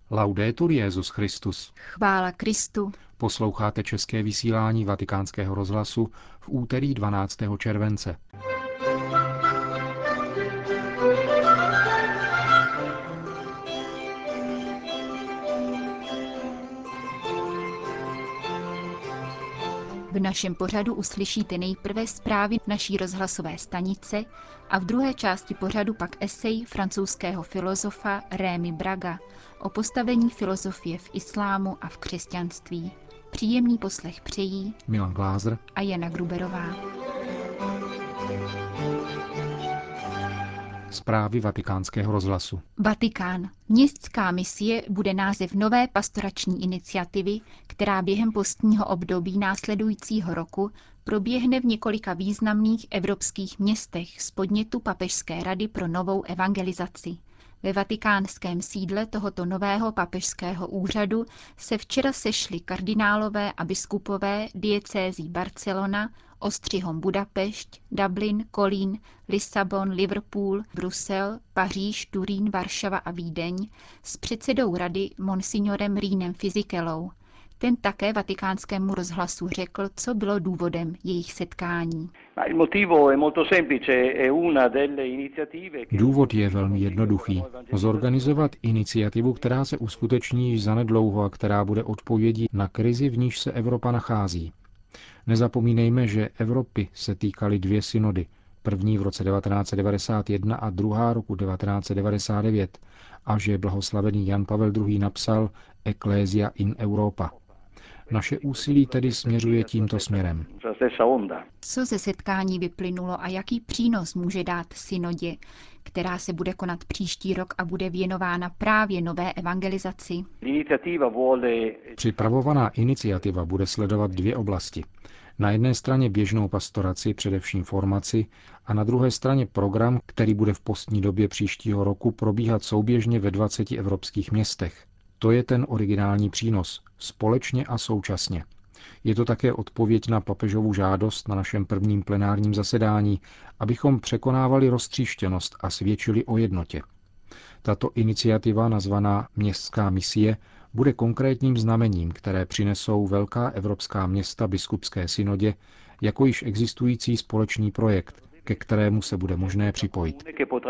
Laudetur Jesus Christus. Chvála Kristu. Posloucháte české vysílání Vatikánského rozhlasu v úterý 12. července. V našem pořadu uslyšíte nejprve zprávy naší rozhlasové stanice a v druhé části pořadu pak esej francouzského filozofa Rémy Braga o postavení filozofie v islámu a v křesťanství. Příjemný poslech přejí Milan Glázer a Jana Gruberová. Zprávy Vatikánského rozhlasu. Vatikán. Městská misie bude název nové pastorační iniciativy, která během postního období následujícího roku proběhne v několika významných evropských městech z podnětu Papežské rady pro novou evangelizaci. Ve vatikánském sídle tohoto nového papežského úřadu se včera sešli kardinálové a biskupové diecézí Barcelona, Ostřihom Budapešť, Dublin, Kolín, Lisabon, Liverpool, Brusel, Paříž, Turín, Varšava a Vídeň s předsedou rady monsignorem Rienem Fisicelou. Ten také Vatikánskému rozhlasu řekl, co bylo důvodem jejich setkání. Důvod je velmi jednoduchý. Zorganizovat iniciativu, která se uskuteční již zanedlouho a která bude odpovědí na krizi, v níž se Evropa nachází. Nezapomínejme, že Evropy se týkaly dvě synody, první v roce 1991 a druhá roku 1999, a že blahoslavený Jan Pavel II. Napsal Ecclesia in Europa. Naše úsilí tedy směřuje tímto směrem. Co ze setkání vyplynulo a jaký přínos může dát synodě, která se bude konat příští rok a bude věnována právě nové evangelizaci? Připravovaná iniciativa bude sledovat dvě oblasti. Na jedné straně běžnou pastoraci, především formaci, a na druhé straně program, který bude v postní době příštího roku probíhat souběžně ve 20 evropských městech. To je ten originální přínos, společně a současně. Je to také odpověď na papežovu žádost na našem prvním plenárním zasedání, abychom překonávali roztříštěnost a svědčili o jednotě. Tato iniciativa, nazvaná Městská misie, bude konkrétním znamením, které přinesou velká evropská města biskupské synodě, jako již existující společný projekt, ke kterému se bude možné připojit.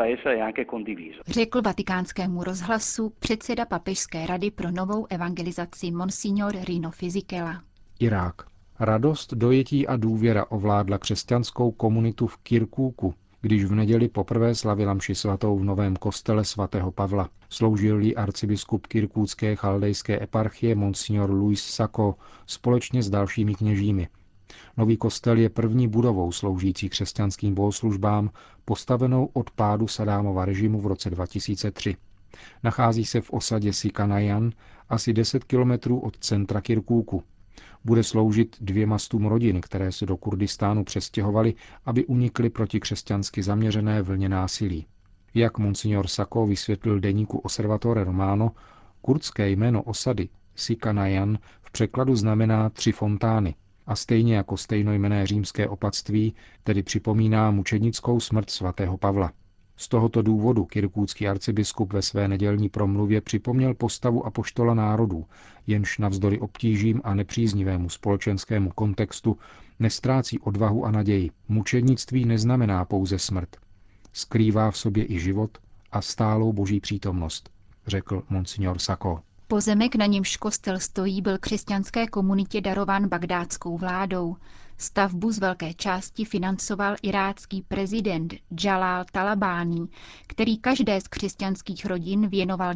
Řekl Vatikánskému rozhlasu předseda Papežské rady pro novou evangelizaci monsignor Rino Fisicella. Irák. Radost, dojetí a důvěra ovládla křesťanskou komunitu v Kirkúku, když v neděli poprvé slavila mši svatou v novém kostele svatého Pavla. Sloužil jí arcibiskup kirkúcké chaldejské eparchie monsignor Luis Sacco společně s dalšími kněžími. Nový kostel je první budovou sloužící křesťanským bohoslužbám, postavenou od pádu Sadámova režimu v roce 2003. Nachází se v osadě Sikanajan, asi 10 kilometrů od centra Kirkúku. Bude sloužit 200 rodin, které se do Kurdistánu přestěhovaly, aby unikly proti křesťansky zaměřené vlně násilí. Jak monsignor Sacco vysvětlil deníku Osservatore Romano, kurdské jméno osady Sikanajan v překladu znamená 3 fontány a stejně jako stejnojmenné římské opatství, tedy připomíná mučednickou smrt svatého Pavla. Z tohoto důvodu kirkúcký arcibiskup ve své nedělní promluvě připomněl postavu apoštola národů, jenž navzdory obtížím a nepříznivému společenskému kontextu nestrácí odvahu a naději. Mučednictví neznamená pouze smrt. Skrývá v sobě i život a stálou boží přítomnost, řekl monsignor Sacco. Pozemek, na němž kostel stojí, byl křesťanské komunitě darován bagdátskou vládou. Stavbu z velké části financoval irácký prezident Jalal Talabani, který každé z křesťanských rodin věnoval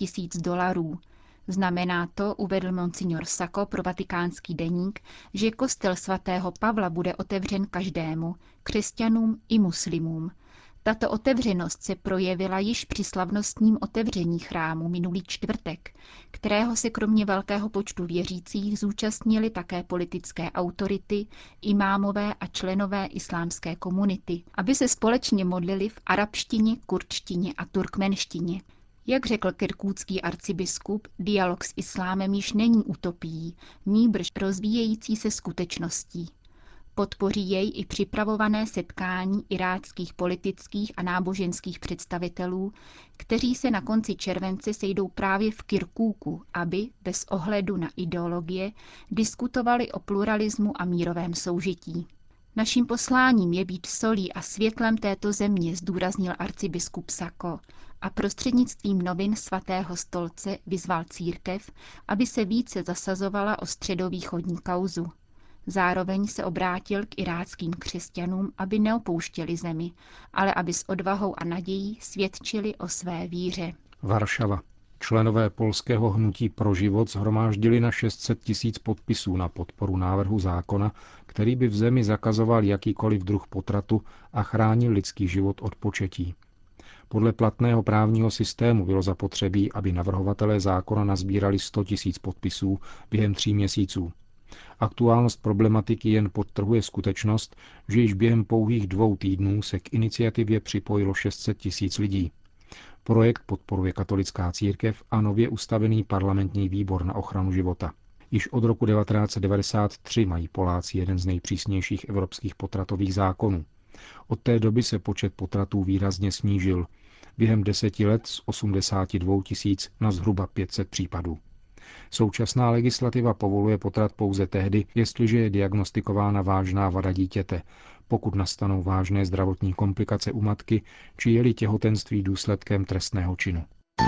$10,000. Znamená to, uvedl monsignor Sacco pro Vatikánský deník, že kostel svatého Pavla bude otevřen každému, křesťanům i muslimům. Tato otevřenost se projevila již při slavnostním otevření chrámu minulý čtvrtek, kterého se kromě velkého počtu věřících zúčastnili také politické autority, imámové a členové islámské komunity, aby se společně modlili v arabštině, kurdštině a turkmenštině. Jak řekl kirkúcký arcibiskup, dialog s islámem již není utopií, nýbrž rozvíjející se skutečností. Podpoří jej i připravované setkání iráckých politických a náboženských představitelů, kteří se na konci července sejdou právě v Kirkúku, aby, bez ohledu na ideologie, diskutovali o pluralismu a mírovém soužití. Naším posláním je být solí a světlem této země, zdůraznil arcibiskup Sako a prostřednictvím novin Svatého stolce vyzval církev, aby se více zasazovala o středovýchodní kauzu. Zároveň se obrátil k iráckým křesťanům, aby neopouštěli zemi, ale aby s odvahou a nadějí svědčili o své víře. Varšava. Členové polského hnutí Pro život shromáždili na 600 000 podpisů na podporu návrhu zákona, který by v zemi zakazoval jakýkoliv druh potratu a chránil lidský život od početí. Podle platného právního systému bylo zapotřebí, aby navrhovatelé zákona nazbírali 100 000 podpisů během 3 měsíců. Aktuálnost problematiky jen podtrhuje skutečnost, že již během pouhých 2 týdnů se k iniciativě připojilo 600 000 lidí. Projekt podporuje katolická církev a nově ustavený parlamentní výbor na ochranu života. Již od roku 1993 mají Poláci jeden z nejpřísnějších evropských potratových zákonů. Od té doby se počet potratů výrazně snížil. Během 10 let z 82 000 na zhruba 500 případů. Současná legislativa povoluje potrat pouze tehdy, jestliže je diagnostikována vážná vada dítěte, pokud nastanou vážné zdravotní komplikace u matky, či je-li těhotenství důsledkem trestného činu.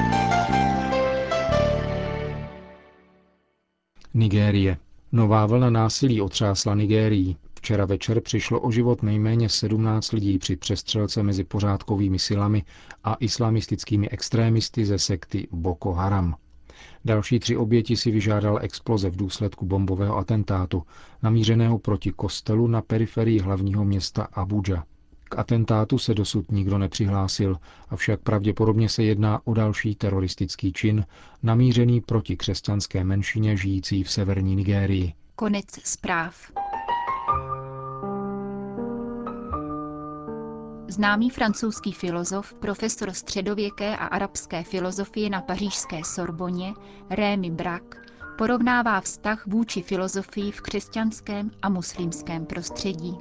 Nigérie. Nová vlna násilí otřásla Nigérií. Včera večer přišlo o život nejméně 17 lidí při přestřelce mezi pořádkovými silami a islamistickými extrémisty ze sekty Boko Haram. Další 3 oběti si vyžádal exploze v důsledku bombového atentátu, namířeného proti kostelu na periferii hlavního města Abuja. K atentátu se dosud nikdo nepřihlásil, avšak pravděpodobně se jedná o další teroristický čin, namířený proti křesťanské menšině žijící v severní Nigérii. Konec zpráv. Známý francouzský filozof, profesor středověké a arabské filozofie na pařížské Sorboně, Rémy Braque, porovnává vztah vůči filozofii v křesťanském a muslimském prostředí.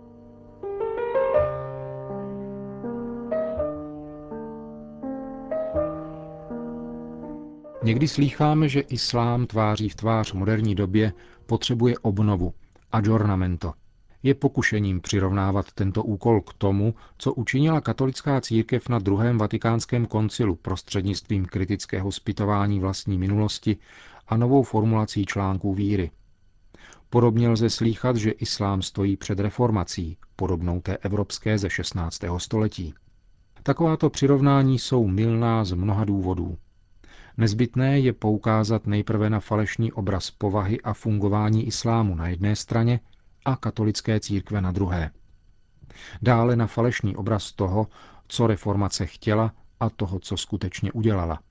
Někdy slýcháme, že islám tváří v tvář moderní době potřebuje obnovu, adjornamento. Je pokušením přirovnávat tento úkol k tomu, co učinila katolická církev na druhém vatikánském koncilu prostřednictvím kritického zpytování vlastní minulosti a novou formulací článků víry. Podobně lze slýchat, že islám stojí před reformací, podobnou té evropské ze 16. století. Takováto přirovnání jsou mylná z mnoha důvodů. Nezbytné je poukázat nejprve na falešný obraz povahy a fungování islámu na jedné straně a katolické církve na druhé. Dále na falešný obraz toho, co reformace chtěla a toho, co skutečně udělala.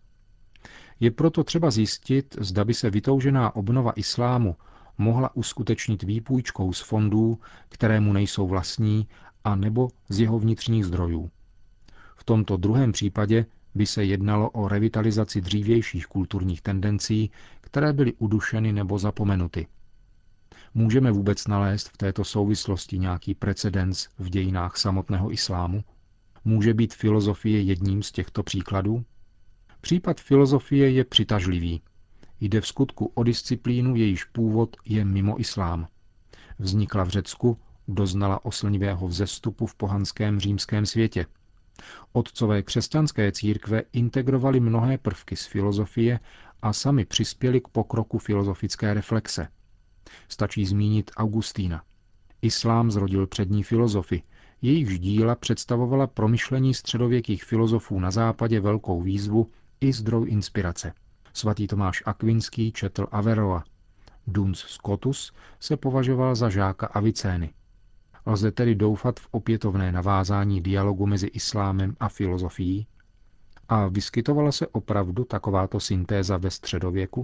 Je proto třeba zjistit, zda by se vytoužená obnova islámu mohla uskutečnit výpůjčkou z fondů, které mu nejsou vlastní, a nebo z jeho vnitřních zdrojů. V tomto druhém případě by se jednalo o revitalizaci dřívějších kulturních tendencí, které byly udušeny nebo zapomenuty. Můžeme vůbec nalézt v této souvislosti nějaký precedens v dějinách samotného islámu? Může být filozofie jedním z těchto příkladů? Případ filozofie je přitažlivý. Jde vskutku o disciplínu, jejíž původ je mimo islám. Vznikla v Řecku, doznala oslnivého vzestupu v pohanském římském světě. Otcové křesťanské církve integrovali mnohé prvky z filozofie a sami přispěli k pokroku filozofické reflexe. Stačí zmínit Augustína. Islám zrodil přední filozofy, jejichž díla představovala promyšlení středověkých filozofů na západě velkou výzvu i zdroj inspirace. Svatý Tomáš Akvinský četl Averroa. Duns Scotus se považoval za žáka Avicény. Lze tedy doufat v opětovné navázání dialogu mezi islámem a filozofií? A vyskytovala se opravdu takováto syntéza ve středověku?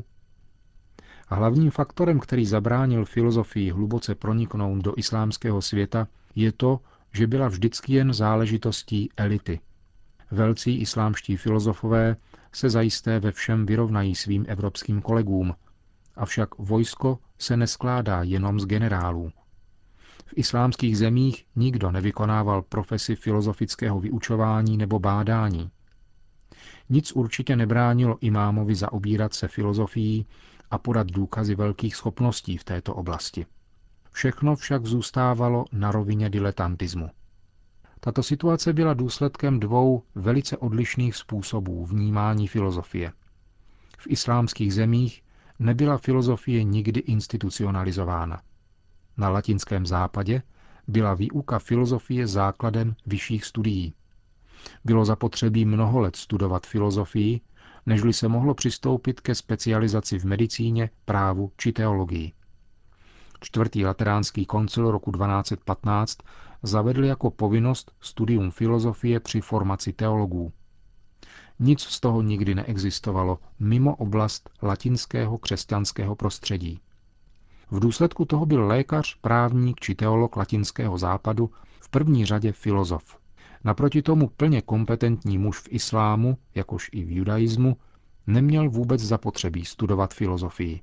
A hlavním faktorem, který zabránil filozofii hluboce proniknout do islámského světa, je to, že byla vždycky jen záležitostí elity. Velcí islámští filozofové se zajisté ve všem vyrovnají svým evropským kolegům, avšak vojsko se neskládá jenom z generálů. V islámských zemích nikdo nevykonával profesi filozofického vyučování nebo bádání. Nic určitě nebránilo imámovi zaobírat se filozofií a podat důkazy velkých schopností v této oblasti. Všechno však zůstávalo na rovině diletantismu. Tato situace byla důsledkem dvou velice odlišných způsobů vnímání filozofie. V islámských zemích nebyla filozofie nikdy institucionalizována. Na latinském západě byla výuka filozofie základem vyšších studií. Bylo zapotřebí mnoho let studovat filozofii, nežli se mohlo přistoupit ke specializaci v medicíně, právu či teologii. Čtvrtý lateránský koncil roku 1215 zavedl jako povinnost studium filozofie při formaci teologů. Nic z toho nikdy neexistovalo mimo oblast latinského křesťanského prostředí. V důsledku toho byl lékař, právník či teolog latinského západu v první řadě filozof. Naproti tomu plně kompetentní muž v islámu, jakož i v judaismu, neměl vůbec zapotřebí studovat filozofii.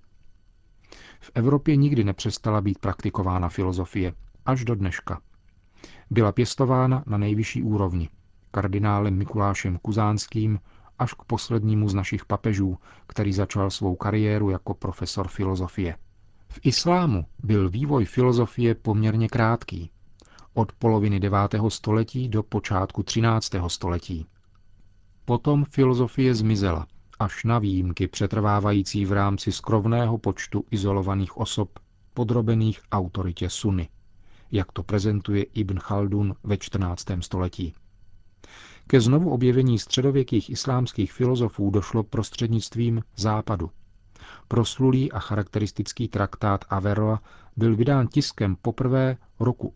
V Evropě nikdy nepřestala být praktikována filozofie, až do dneška. Byla pěstována na nejvyšší úrovni, kardinálem Mikulášem Kuzánským až k poslednímu z našich papežů, který začal svou kariéru jako profesor filozofie. V islámu byl vývoj filozofie poměrně krátký, od poloviny 9. století do počátku 13. století. Potom filozofie zmizela, až na výjimky přetrvávající v rámci skromného počtu izolovaných osob podrobených autoritě Sunny, jak to prezentuje Ibn Chaldun ve 14. století. Ke znovu objevení středověkých islámských filozofů došlo prostřednictvím Západu. Proslulý a charakteristický traktát Averroa byl vydán tiskem poprvé roku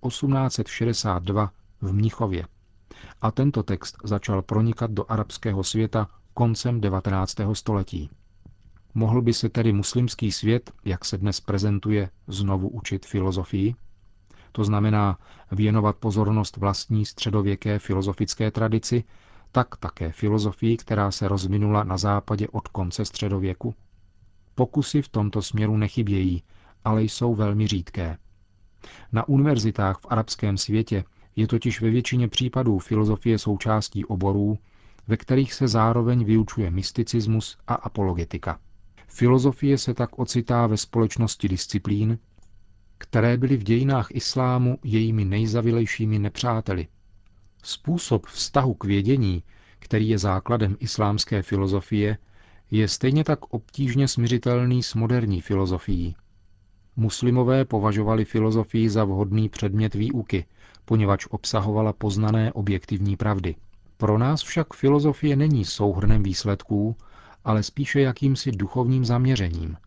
1862 v Mnichově. A tento text začal pronikat do arabského světa koncem 19. století. Mohl by se tedy muslimský svět, jak se dnes prezentuje, znovu učit filozofii? To znamená věnovat pozornost vlastní středověké filozofické tradici, tak také filozofii, která se rozvinula na západě od konce středověku? Pokusy v tomto směru nechybějí, ale jsou velmi řídké. Na univerzitách v arabském světě je totiž ve většině případů filozofie součástí oborů, ve kterých se zároveň vyučuje mysticismus a apologetika. Filozofie se tak ocitá ve společnosti disciplín, které byly v dějinách islámu jejími nejzavilejšími nepřáteli. Způsob vztahu k vědění, který je základem islámské filozofie, je stejně tak obtížně smiřitelný s moderní filozofií. Muslimové považovali filozofii za vhodný předmět výuky, poněvadž obsahovala poznané objektivní pravdy. Pro nás však filozofie není souhrnem výsledků, ale spíše jakýmsi duchovním zaměřením.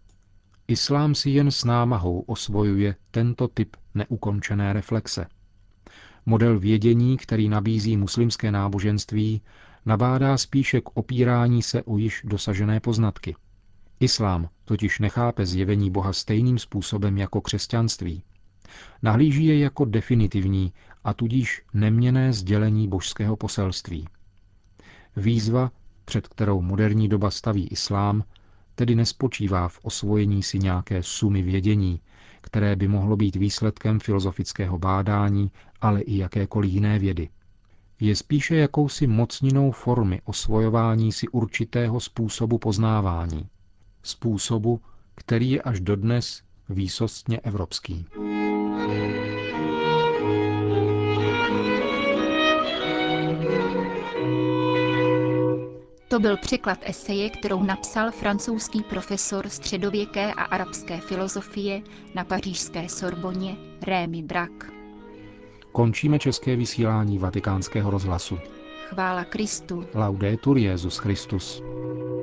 Islám si jen s námahou osvojuje tento typ neukončené reflexe. Model vědění, který nabízí muslimské náboženství, nabádá spíše k opírání se o již dosažené poznatky. Islám totiž nechápe zjevení Boha stejným způsobem jako křesťanství. Nahlíží je jako definitivní a tudíž neměnné sdělení božského poselství. Výzva, před kterou moderní doba staví islám, tedy nespočívá v osvojení si nějaké sumy vědění, které by mohlo být výsledkem filozofického bádání, ale i jakékoliv jiné vědy. Je spíše jakousi mocninou formy osvojování si určitého způsobu poznávání. Způsobu, který je až dodnes výsostně evropský. To byl překlad eseje, kterou napsal francouzský profesor středověké a arabské filozofie na pařížské Sorboně Rémy Braque. Končíme české vysílání Vatikánského rozhlasu. Chvála Kristu. Laudetur Jesus Christus.